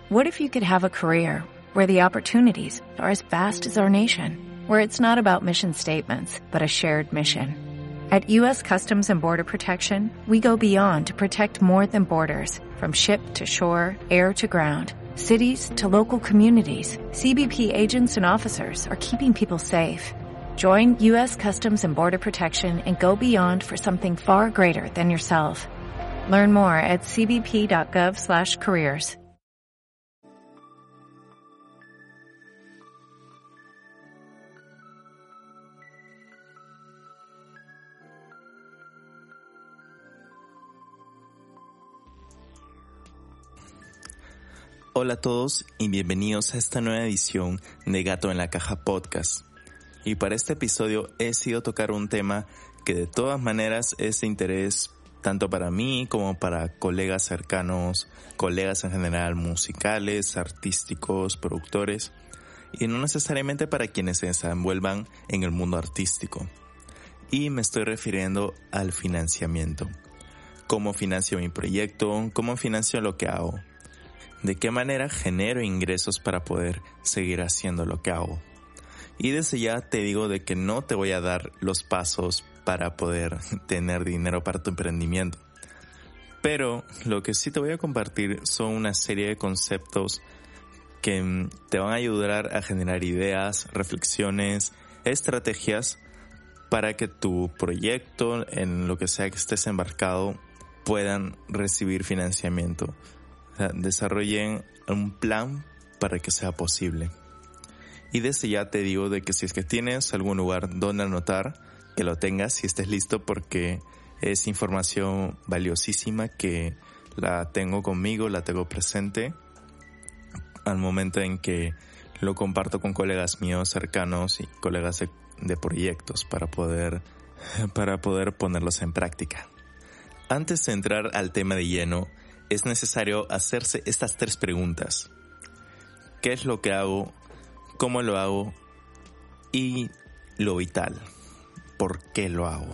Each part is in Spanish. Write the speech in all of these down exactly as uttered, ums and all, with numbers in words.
What if you could have a career where the opportunities are as vast as our nation, where it's not about mission statements, but a shared mission? At U S Customs and Border Protection, we go beyond to protect more than borders. From ship to shore, air to ground, cities to local communities, C B P agents and officers are keeping people safe. Join U S Customs and Border Protection and go beyond for something far greater than yourself. Learn more at c b p dot gov slash careers. Hola a todos y bienvenidos a esta nueva edición de Gato en la Caja Podcast. Y para este episodio he decidido tocar un tema que de todas maneras es de interés tanto para mí como para colegas cercanos, colegas en general musicales, artísticos, productores y no necesariamente para quienes se desenvuelvan en el mundo artístico. Y me estoy refiriendo al financiamiento. ¿Cómo financio mi proyecto? ¿Cómo financio lo que hago? ¿De qué manera genero ingresos para poder seguir haciendo lo que hago? Y desde ya te digo de que no te voy a dar los pasos para poder tener dinero para tu emprendimiento. Pero lo que sí te voy a compartir son una serie de conceptos que te van a ayudar a generar ideas, reflexiones, estrategias para que tu proyecto, en lo que sea que estés embarcado, puedan recibir financiamiento. Desarrollen un plan para que sea posible. Y desde ya te digo de que si es que tienes algún lugar donde anotar, que lo tengas y estés listo, porque es información valiosísima que la tengo conmigo, la tengo presente al momento en que lo comparto con colegas míos cercanos y colegas de, de proyectos para poder, para poder ponerlos en práctica. Antes de entrar al tema de lleno, es necesario hacerse estas tres preguntas. ¿Qué es lo que hago? ¿Cómo lo hago? Y lo vital, ¿por qué lo hago?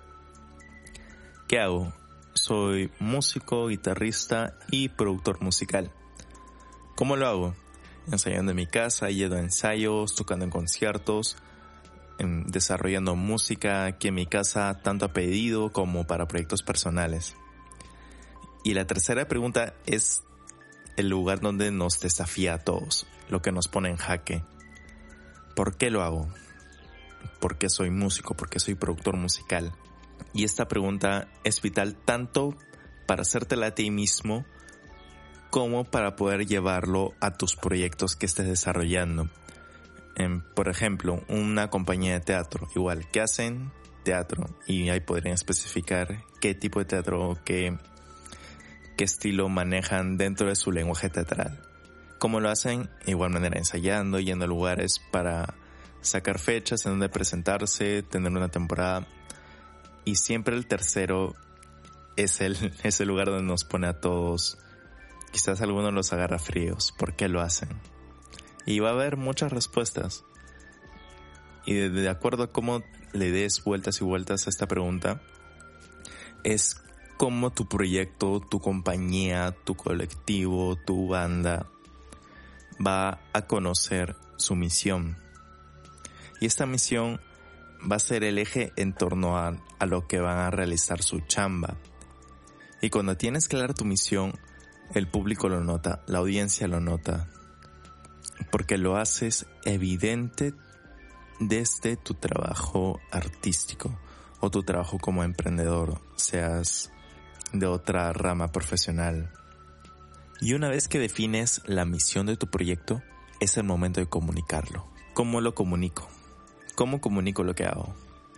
¿Qué hago? Soy músico, guitarrista y productor musical. ¿Cómo lo hago? Ensayando en mi casa, yendo a ensayos, tocando en conciertos, en, desarrollando música aquí en mi casa, tanto a pedido como para proyectos personales. Y la tercera pregunta es el lugar donde nos desafía a todos, lo que nos pone en jaque. ¿Por qué lo hago? ¿Por qué soy músico? ¿Por qué soy productor musical? Y esta pregunta es vital tanto para hacértela a ti mismo como para poder llevarlo a tus proyectos que estés desarrollando. En, por ejemplo, una compañía de teatro, igual, que hacen teatro y ahí podrían especificar qué tipo de teatro, qué qué estilo manejan dentro de su lenguaje teatral. ¿Cómo lo hacen? De igual manera, ensayando, yendo a lugares para sacar fechas en donde presentarse, tener una temporada. Y siempre el tercero es el, es el lugar donde nos pone a todos. Quizás algunos los agarra fríos. ¿Por qué lo hacen? Y va a haber muchas respuestas. Y de, de acuerdo a cómo le des vueltas y vueltas a esta pregunta, es cómo tu proyecto, tu compañía, tu colectivo, tu banda va a conocer su misión. Y esta misión va a ser el eje en torno a, a lo que van a realizar su chamba. Y cuando tienes clara tu misión, el público lo nota, la audiencia lo nota, porque lo haces evidente desde tu trabajo artístico o tu trabajo como emprendedor, seas de otra rama profesional. Y una vez que defines la misión de tu proyecto, es el momento de comunicarlo. ¿Cómo lo comunico? ¿Cómo comunico lo que hago?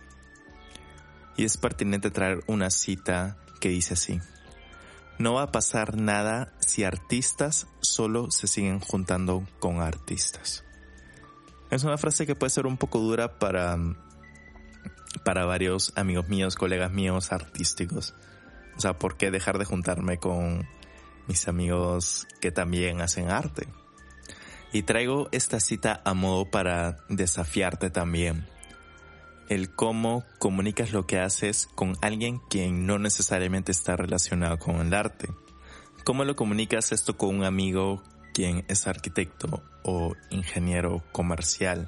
Y es pertinente traer una cita que dice así: no va a pasar nada si artistas solo se siguen juntando con artistas. Es una frase que puede ser un poco dura para, para varios amigos míos, colegas míos artísticos. O sea, ¿por qué dejar de juntarme con mis amigos que también hacen arte? Y traigo esta cita a modo para desafiarte también. El cómo comunicas lo que haces con alguien quien no necesariamente está relacionado con el arte. ¿Cómo lo comunicas esto con un amigo quien es arquitecto o ingeniero comercial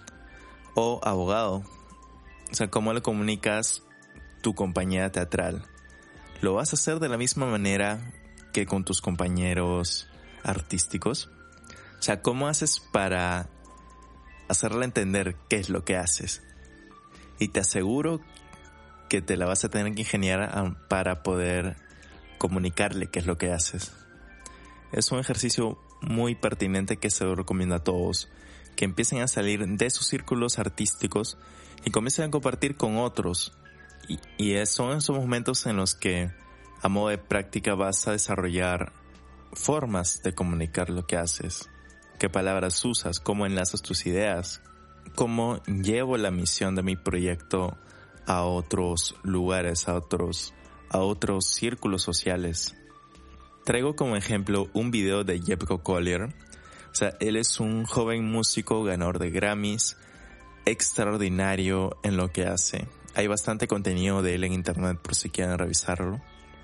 o abogado. O sea, ¿cómo le comunicas tu compañía teatral? ¿Lo vas a hacer de la misma manera que con tus compañeros artísticos? O sea, ¿cómo haces para hacerle entender qué es lo que haces? Y te aseguro que te la vas a tener que ingeniar para poder comunicarle qué es lo que haces. Es un ejercicio muy pertinente que se lo recomiendo a todos, que empiecen a salir de sus círculos artísticos y comiencen a compartir con otros. Y, y son esos momentos en los que, a modo de práctica, vas a desarrollar formas de comunicar lo que haces. ¿Qué palabras usas? ¿Cómo enlazas tus ideas? ¿Cómo llevo la misión de mi proyecto a otros lugares, a otros, a otros círculos sociales? Traigo como ejemplo un video de Jepco Collier. O sea, él es un joven músico ganador de Grammys, extraordinario en lo que hace. Hay bastante contenido de él en internet por si quieren revisarlo.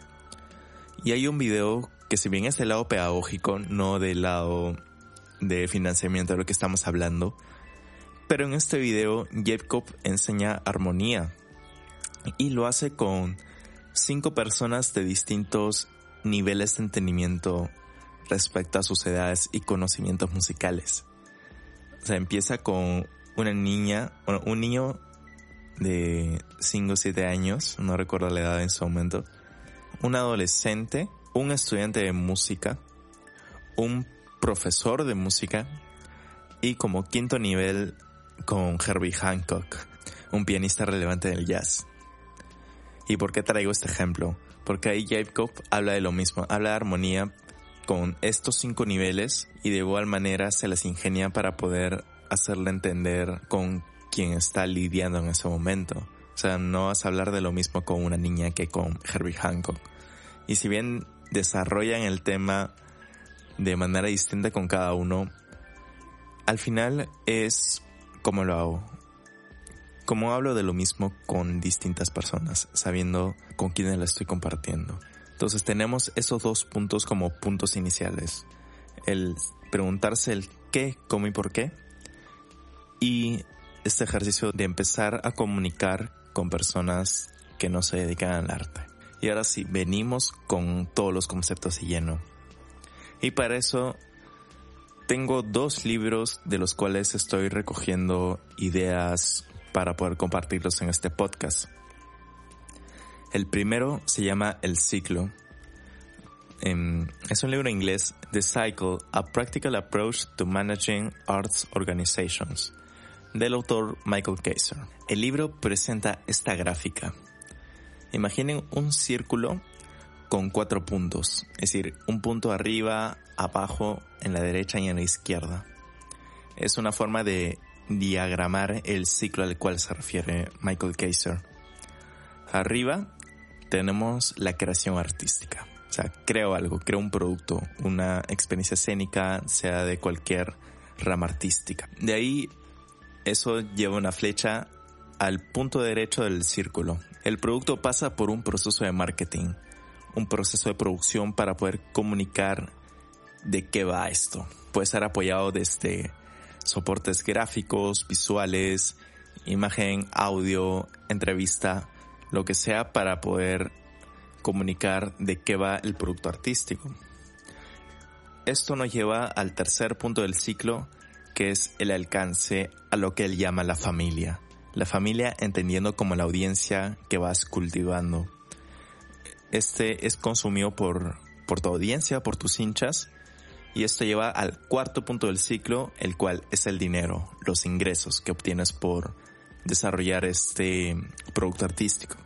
Y hay un video que, si bien es del lado pedagógico, no del lado de financiamiento de lo que estamos hablando, pero en este video Jepco enseña armonía y lo hace con cinco personas de distintos niveles de entendimiento respecto a sus edades y conocimientos musicales. O sea, empieza con una niña, bueno, un niño de cinco o siete años, no recuerdo la edad en su momento, un adolescente, un estudiante de música, un profesor de música y como quinto nivel con Herbie Hancock, un pianista relevante del jazz. ¿Y por qué traigo este ejemplo? Porque ahí Jepco habla de lo mismo, habla de armonía con estos cinco niveles y de igual manera se las ingenia para poder hacerle entender con quien está lidiando en ese momento. O sea, no vas a hablar de lo mismo con una niña que con Herbie Hancock. Y si bien desarrollan el tema de manera distinta con cada uno, al final es como lo hago. Como hablo de lo mismo con distintas personas, sabiendo con quiénes la estoy compartiendo. Entonces tenemos esos dos puntos como puntos iniciales. El preguntarse el qué, cómo y por qué. Y este ejercicio de empezar a comunicar con personas que no se dedican al arte. Y ahora sí, venimos con todos los conceptos de lleno. Y para eso tengo dos libros de los cuales estoy recogiendo ideas para poder compartirlos en este podcast. El primero se llama El Ciclo. Eh, es un libro en inglés, The Cycle, A Practical Approach to Managing Arts Organizations, del autor Michael Kaiser. El libro presenta esta gráfica. Imaginen un círculo con cuatro puntos, es decir, un punto arriba, abajo, en la derecha y en la izquierda. Es una forma de diagramar el ciclo al cual se refiere Michael Kaiser. Arriba tenemos la creación artística, o sea, creo algo, creo un producto, una experiencia escénica, sea de cualquier rama artística. De ahí, eso lleva una flecha al punto derecho del círculo. El producto pasa por un proceso de marketing, un proceso de producción para poder comunicar de qué va esto. Puede ser apoyado desde soportes gráficos, visuales, imagen, audio, entrevista, lo que sea para poder comunicar de qué va el producto artístico. Esto nos lleva al tercer punto del ciclo, que es el alcance a lo que él llama la familia. La familia entendiendo como la audiencia que vas cultivando. Este es consumido por, por tu audiencia, por tus hinchas. Y esto lleva al cuarto punto del ciclo, el cual es el dinero, los ingresos que obtienes por desarrollar este producto artístico.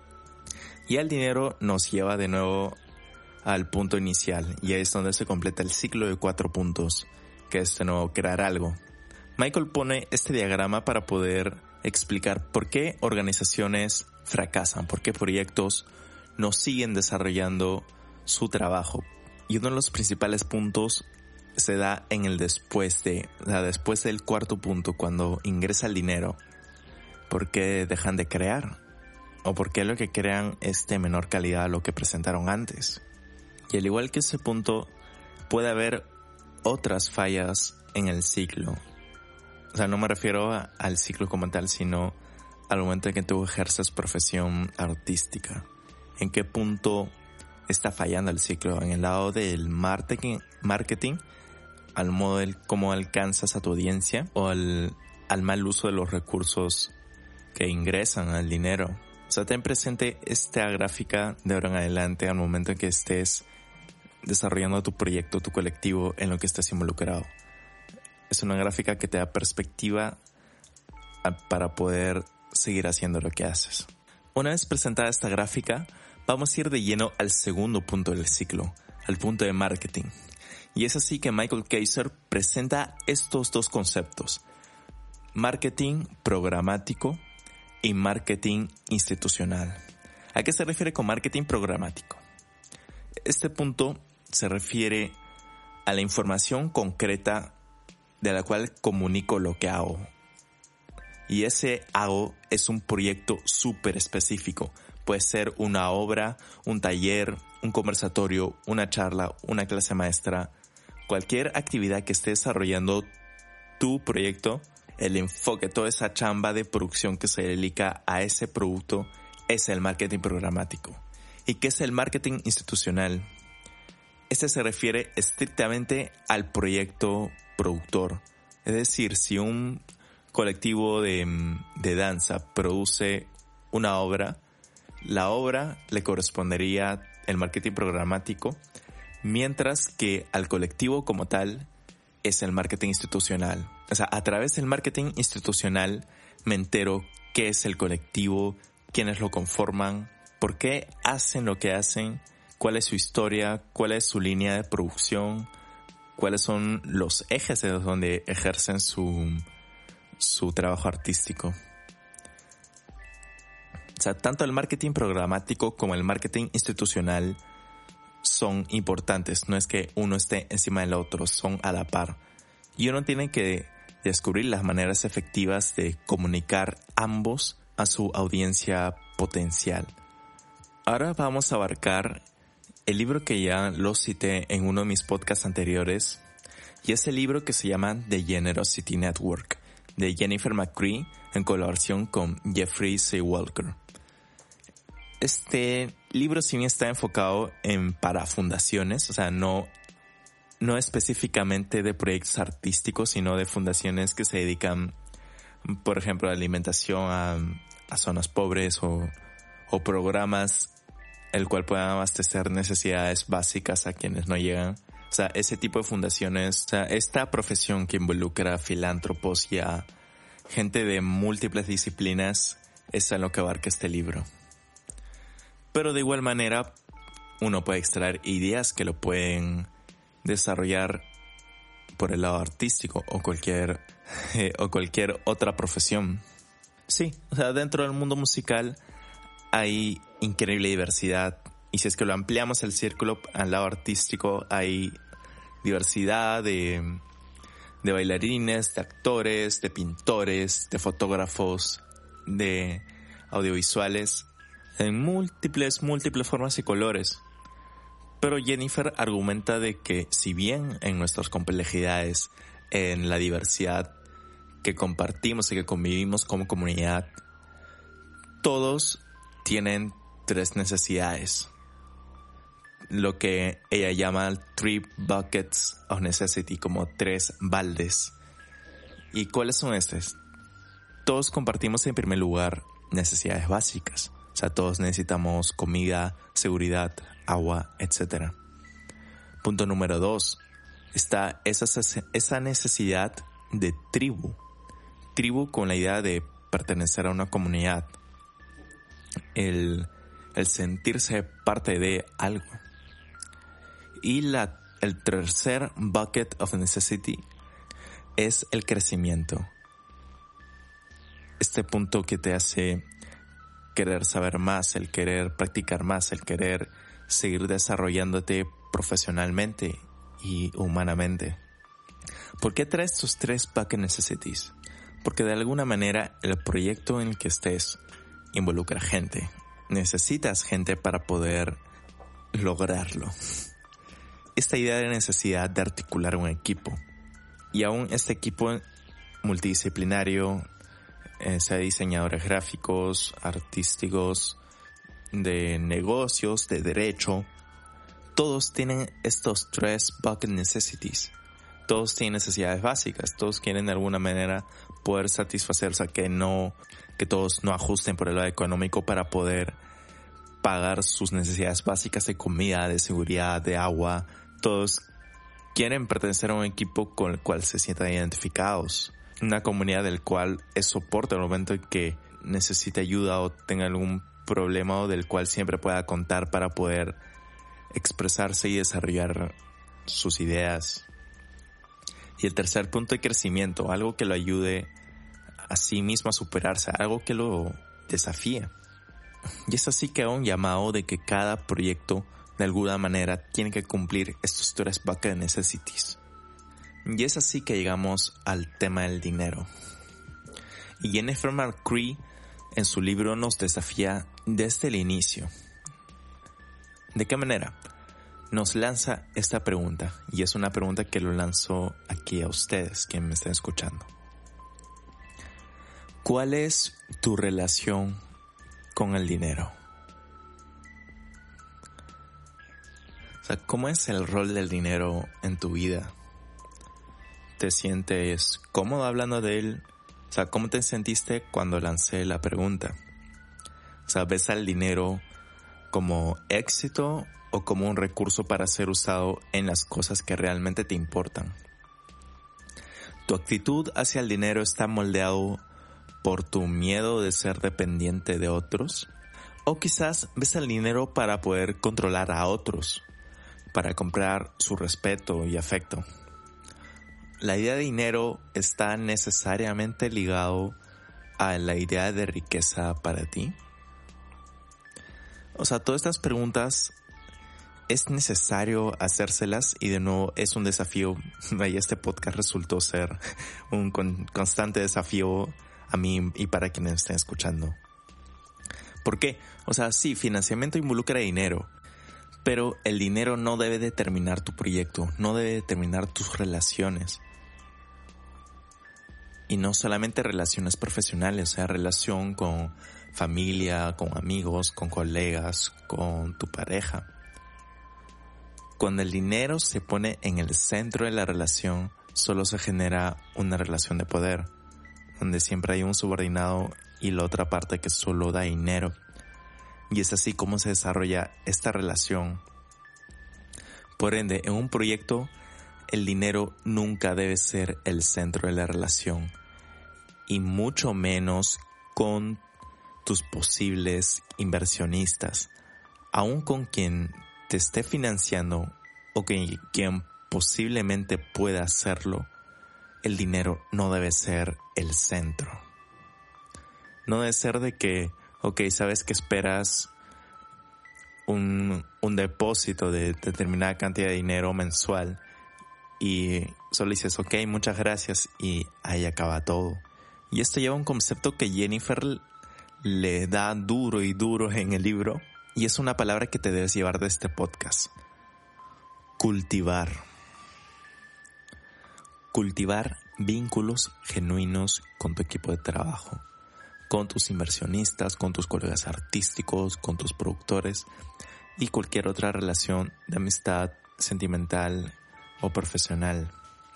Y el dinero nos lleva de nuevo al punto inicial, y ahí es donde se completa el ciclo de cuatro puntos, que es de nuevo crear algo. Michael pone este diagrama para poder explicar por qué organizaciones fracasan, por qué proyectos no siguen desarrollando su trabajo. Y uno de los principales puntos se da en el después de, o sea, después del cuarto punto, cuando ingresa el dinero. ¿Por qué dejan de crear? ¿O por qué lo que crean es de menor calidad a lo que presentaron antes? Y al igual que ese punto, puede haber otras fallas en el ciclo. O sea, no me refiero a, al ciclo como tal, sino al momento en que tú ejerces profesión artística. ¿En qué punto está fallando el ciclo? En el lado del marketing, marketing al modo del cómo alcanzas a tu audiencia, o al, al mal uso de los recursos que ingresan al dinero. O sea, ten presente esta gráfica de ahora en adelante al momento en que estés desarrollando tu proyecto, tu colectivo, en lo que estés involucrado. Es una gráfica que te da perspectiva a, para poder seguir haciendo lo que haces. Una vez presentada esta gráfica, vamos a ir de lleno al segundo punto del ciclo, al punto de marketing. Y es así que Michael Kaiser presenta estos dos conceptos: marketing programático y marketing institucional. ¿A qué se refiere con marketing programático? Este punto se refiere a la información concreta de la cual comunico lo que hago. Y ese hago es un proyecto súper específico. Puede ser una obra, un taller, un conversatorio, una charla, una clase maestra. Cualquier actividad que esté desarrollando tu proyecto, el enfoque, toda esa chamba de producción que se dedica a ese producto es el marketing programático. ¿Y qué es el marketing institucional? Este se refiere estrictamente al proyecto productor. Es decir, si un colectivo de, de danza produce una obra, la obra le correspondería el marketing programático, mientras que al colectivo como tal es el marketing institucional. O sea, a través del marketing institucional me entero qué es el colectivo, quiénes lo conforman, por qué hacen lo que hacen, cuál es su historia, cuál es su línea de producción, cuáles son los ejes de donde ejercen su, su trabajo artístico. O sea, tanto el marketing programático como el marketing institucional son importantes. No es que uno esté encima del otro, son a la par. Y uno tiene que descubrir las maneras efectivas de comunicar ambos a su audiencia potencial. Ahora vamos a abarcar el libro que ya lo cité en uno de mis podcasts anteriores, y es el libro que se llama The Generosity Network, de Jennifer McCree, en colaboración con Jeffrey C. Walker. Este libro sí está enfocado en para fundaciones, o sea, no, no específicamente de proyectos artísticos, sino de fundaciones que se dedican, por ejemplo, a alimentación a, a zonas pobres o, o programas el cual puedan abastecer necesidades básicas a quienes no llegan. O sea, ese tipo de fundaciones, o sea, esta profesión que involucra a filántropos y a gente de múltiples disciplinas es a lo que abarca este libro. Pero de igual manera, uno puede extraer ideas que lo pueden desarrollar por el lado artístico o cualquier, eh, o cualquier otra profesión. Sí, o sea, dentro del mundo musical hay increíble diversidad, y si es que lo ampliamos el círculo al lado artístico, hay diversidad de, de bailarines, de actores, de pintores, de fotógrafos, de audiovisuales, en múltiples, múltiples formas y colores. Pero Jennifer argumenta de que si bien en nuestras complejidades, en la diversidad que compartimos y que convivimos como comunidad, todos tienen tres necesidades, lo que ella llama three buckets of necessity, como tres baldes. ¿Y cuáles son estos? Todos compartimos en primer lugar necesidades básicas, o sea, todos necesitamos comida, seguridad, agua, etcétera. Punto número dos, está esa, esa necesidad de tribu, tribu con la idea de pertenecer a una comunidad, el, el sentirse parte de algo. Y la, el tercer bucket of necessity es el crecimiento. Este punto que te hace querer saber más, el querer practicar más, el querer seguir desarrollándote profesionalmente y humanamente. ¿Por qué traes estos tres bucket necessities? Porque de alguna manera el proyecto en el que estés involucra gente. Necesitas gente para poder lograrlo. esta idea de necesidad de articular un equipo. Y aún este equipo multidisciplinario, eh, sea diseñadores gráficos, artísticos, de negocios, de derecho, todos tienen estos tres bucket necessities. Todos tienen necesidades básicas, todos quieren de alguna manera poder satisfacerse, que no, que todos no ajusten por el lado económico para poder pagar sus necesidades básicas de comida, de seguridad, de agua. Todos quieren pertenecer a un equipo con el cual se sientan identificados, una comunidad del cual es soporte al momento en que necesite ayuda o tenga algún problema, o del cual siempre pueda contar para poder expresarse y desarrollar sus ideas. Y el tercer punto de crecimiento, algo que lo ayude a sí mismo a superarse, algo que lo desafíe. Y es así que hago un llamado de que cada proyecto de alguna manera tiene que cumplir estos tres bucket necessities. Y es así que llegamos al tema del dinero. Y Jennifer McCree en su libro nos desafía desde el inicio. ¿De qué manera? Nos lanza esta pregunta, y es una pregunta que lo lanzo aquí a ustedes, que me están escuchando. ¿Cuál es tu relación con el dinero? O sea, ¿cómo es el rol del dinero en tu vida? ¿Te sientes cómodo hablando de él? O sea, ¿cómo te sentiste cuando lancé la pregunta? O sea, ¿ves al dinero como éxito o como un recurso para ser usado en las cosas que realmente te importan? ¿Tu actitud hacia el dinero está moldeado por tu miedo de ser dependiente de otros? ¿O quizás ves al dinero para poder controlar a otros, para comprar su respeto y afecto? ¿La idea de dinero está necesariamente ligado a la idea de riqueza para ti? O sea, todas estas preguntas es necesario hacérselas, y de nuevo es un desafío. Y este podcast resultó ser un con, constante desafío a mí y para quienes estén escuchando. ¿Por qué? O sea, sí, financiamiento involucra dinero, pero el dinero no debe determinar tu proyecto, no debe determinar tus relaciones. Y no solamente relaciones profesionales, o sea, relación con familia, con amigos, con colegas, con tu pareja. Cuando el dinero se pone en el centro de la relación, solo se genera una relación de poder, donde siempre hay un subordinado y la otra parte que solo da dinero. Y es así como se desarrolla esta relación. Por ende, en un proyecto, el dinero nunca debe ser el centro de la relación, y mucho menos con tus posibles inversionistas, aun con quien te esté financiando o que quien posiblemente pueda hacerlo. El dinero no debe ser el centro. No debe ser de que, ok, sabes que esperas un, un depósito de determinada cantidad de dinero mensual y solo dices, ok, muchas gracias, y ahí acaba todo. Y esto lleva a un concepto que Jennifer le da duro y duro en el libro, y es una palabra que te debes llevar de este podcast. Cultivar. Cultivar vínculos genuinos con tu equipo de trabajo, con tus inversionistas, con tus colegas artísticos, con tus productores y cualquier otra relación de amistad, sentimental o profesional.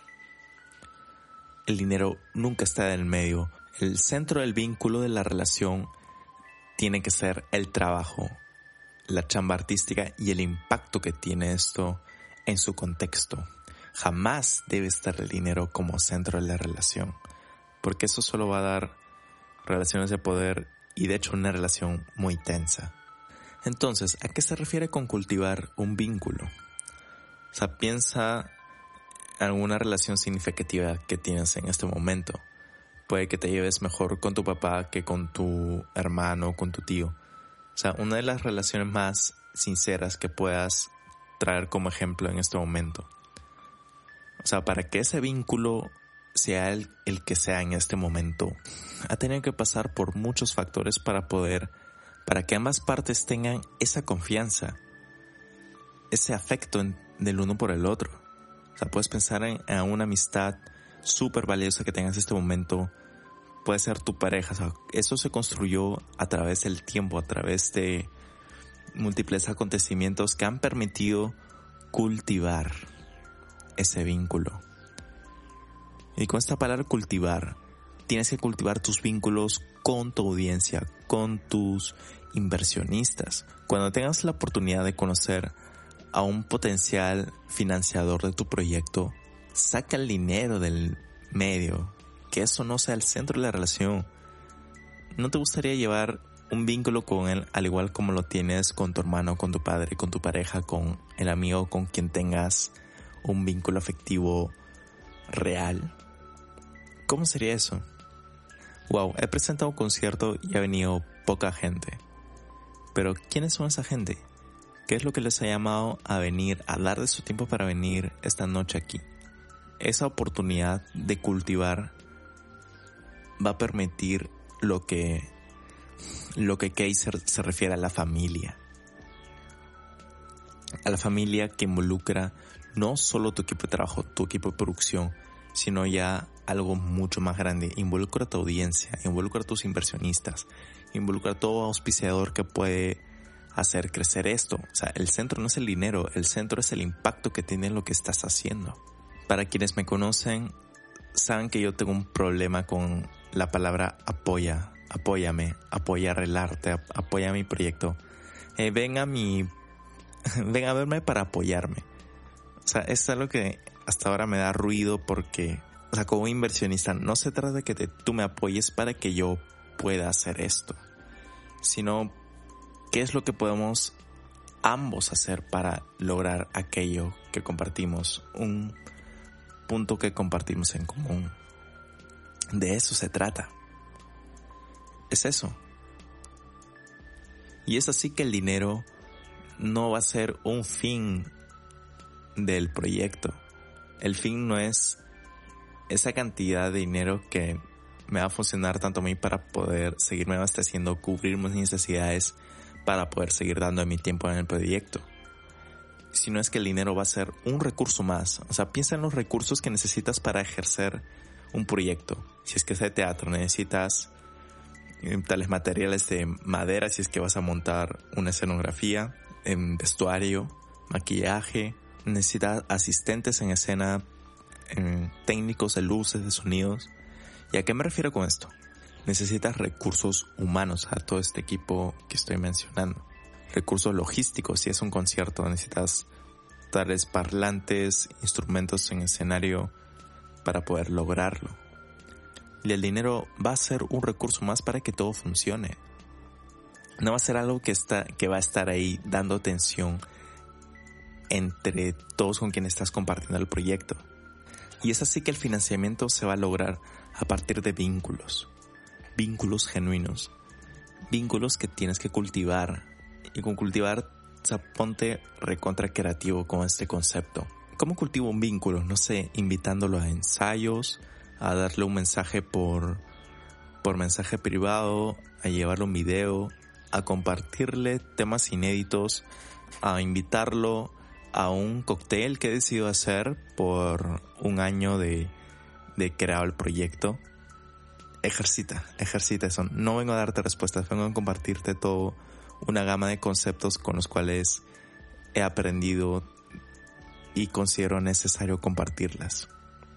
El dinero nunca está en el medio. El centro del vínculo de la relación tiene que ser el trabajo, la chamba artística y el impacto que tiene esto en su contexto. Jamás debe estar el dinero como centro de la relación, porque eso solo va a dar relaciones de poder y de hecho una relación muy tensa. Entonces, ¿a qué se refiere con cultivar un vínculo? O sea, piensa en alguna relación significativa que tienes en este momento. Puede que te lleves mejor con tu papá que con tu hermano o con tu tío. O sea, una de las relaciones más sinceras que puedas traer como ejemplo en este momento. O sea, para que ese vínculo sea el, el que sea en este momento, ha tenido que pasar por muchos factores para poder, para que ambas partes tengan esa confianza, ese afecto en, del uno por el otro. O sea, puedes pensar en, en una amistad súper valiosa que tengas en este momento. Puede ser tu pareja. O sea, eso se construyó a través del tiempo, a través de múltiples acontecimientos que han permitido cultivar ese vínculo. Y con esta palabra cultivar, tienes que cultivar tus vínculos con tu audiencia, con tus inversionistas. Cuando tengas la oportunidad de conocer a un potencial financiador de tu proyecto, saca el dinero del medio, que eso no sea el centro de la relación. ¿No te gustaría llevar un vínculo con él al igual como lo tienes con tu hermano, con tu padre, con tu pareja, con el amigo con quien tengas un vínculo afectivo real? ¿Cómo sería eso? Wow, he presentado un concierto y ha venido poca gente. Pero ¿quiénes son esa gente? ¿Qué es lo que les ha llamado a venir, a dar de su tiempo para venir esta noche aquí? Esa oportunidad de cultivar va a permitir lo que, lo que Kaiser se refiere a la familia. A la familia que involucra no solo tu equipo de trabajo, tu equipo de producción, sino ya algo mucho más grande. Involucra a tu audiencia, involucra a tus inversionistas, involucra a todo auspiciador que puede hacer crecer esto. O sea, el centro no es el dinero, el centro es el impacto que tiene lo que estás haciendo. Para quienes me conocen, saben que yo tengo un problema con la palabra apoya, apóyame, apoyar el arte, apoya mi proyecto. Eh, ven a mi, ven a verme para apoyarme. O sea, es algo que hasta ahora me da ruido porque, o sea, como inversionista, no se trata de que te, tú me apoyes para que yo pueda hacer esto, sino qué es lo que podemos ambos hacer para lograr aquello que compartimos, un punto que compartimos en común. De eso se trata. Es eso. Y es así que el dinero no va a ser un fin del proyecto. El fin no es esa cantidad de dinero que me va a funcionar tanto a mí para poder seguirme abasteciendo, cubrir mis necesidades, para poder seguir dando mi tiempo en el proyecto. Sino es que el dinero va a ser un recurso más. O sea, piensa en los recursos que necesitas para ejercer un proyecto. Si es que es de teatro, necesitas tales materiales de madera, si es que vas a montar una escenografía, en vestuario, maquillaje, necesitas asistentes en escena, en técnicos de luces, de sonidos. ¿Y a qué me refiero con esto? Necesitas recursos humanos a todo este equipo que estoy mencionando. Recursos logísticos, si es un concierto, necesitas tales parlantes, instrumentos en escenario para poder lograrlo. Y el dinero va a ser un recurso más para que todo funcione. No va a ser algo que, está, que va a estar ahí dando tensión entre todos con quienes estás compartiendo el proyecto. Y es así que el financiamiento se va a lograr a partir de vínculos. Vínculos genuinos. Vínculos que tienes que cultivar. Y con cultivar, o sea, ponte recontra creativo con este concepto. ¿Cómo cultivo un vínculo? No sé, invitándolo a ensayos, a darle un mensaje por, por mensaje privado, a llevarle un video, a compartirle temas inéditos, a invitarlo a un cóctel que he decidido hacer por un año de, de creado el proyecto. Ejercita, ejercita eso. No vengo a darte respuestas, vengo a compartirte todo una gama de conceptos con los cuales he aprendido y considero necesario compartirlas.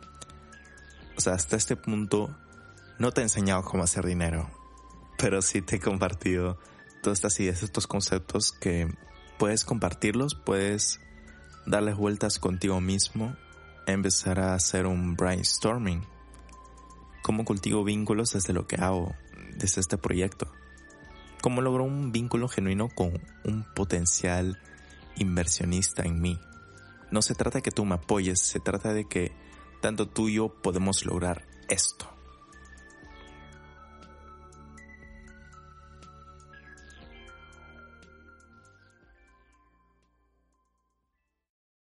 O sea, hasta este punto no te he enseñado cómo hacer dinero, pero sí te he compartido todas estas ideas, estos conceptos que puedes compartirlos, puedes darles vueltas contigo mismo, empezar a hacer un brainstorming. ¿Cómo cultivo vínculos desde lo que hago, desde este proyecto? ¿Cómo logro un vínculo genuino con un potencial inversionista en mí? No se trata de que tú me apoyes, se trata de que tanto tú y yo podemos lograr esto.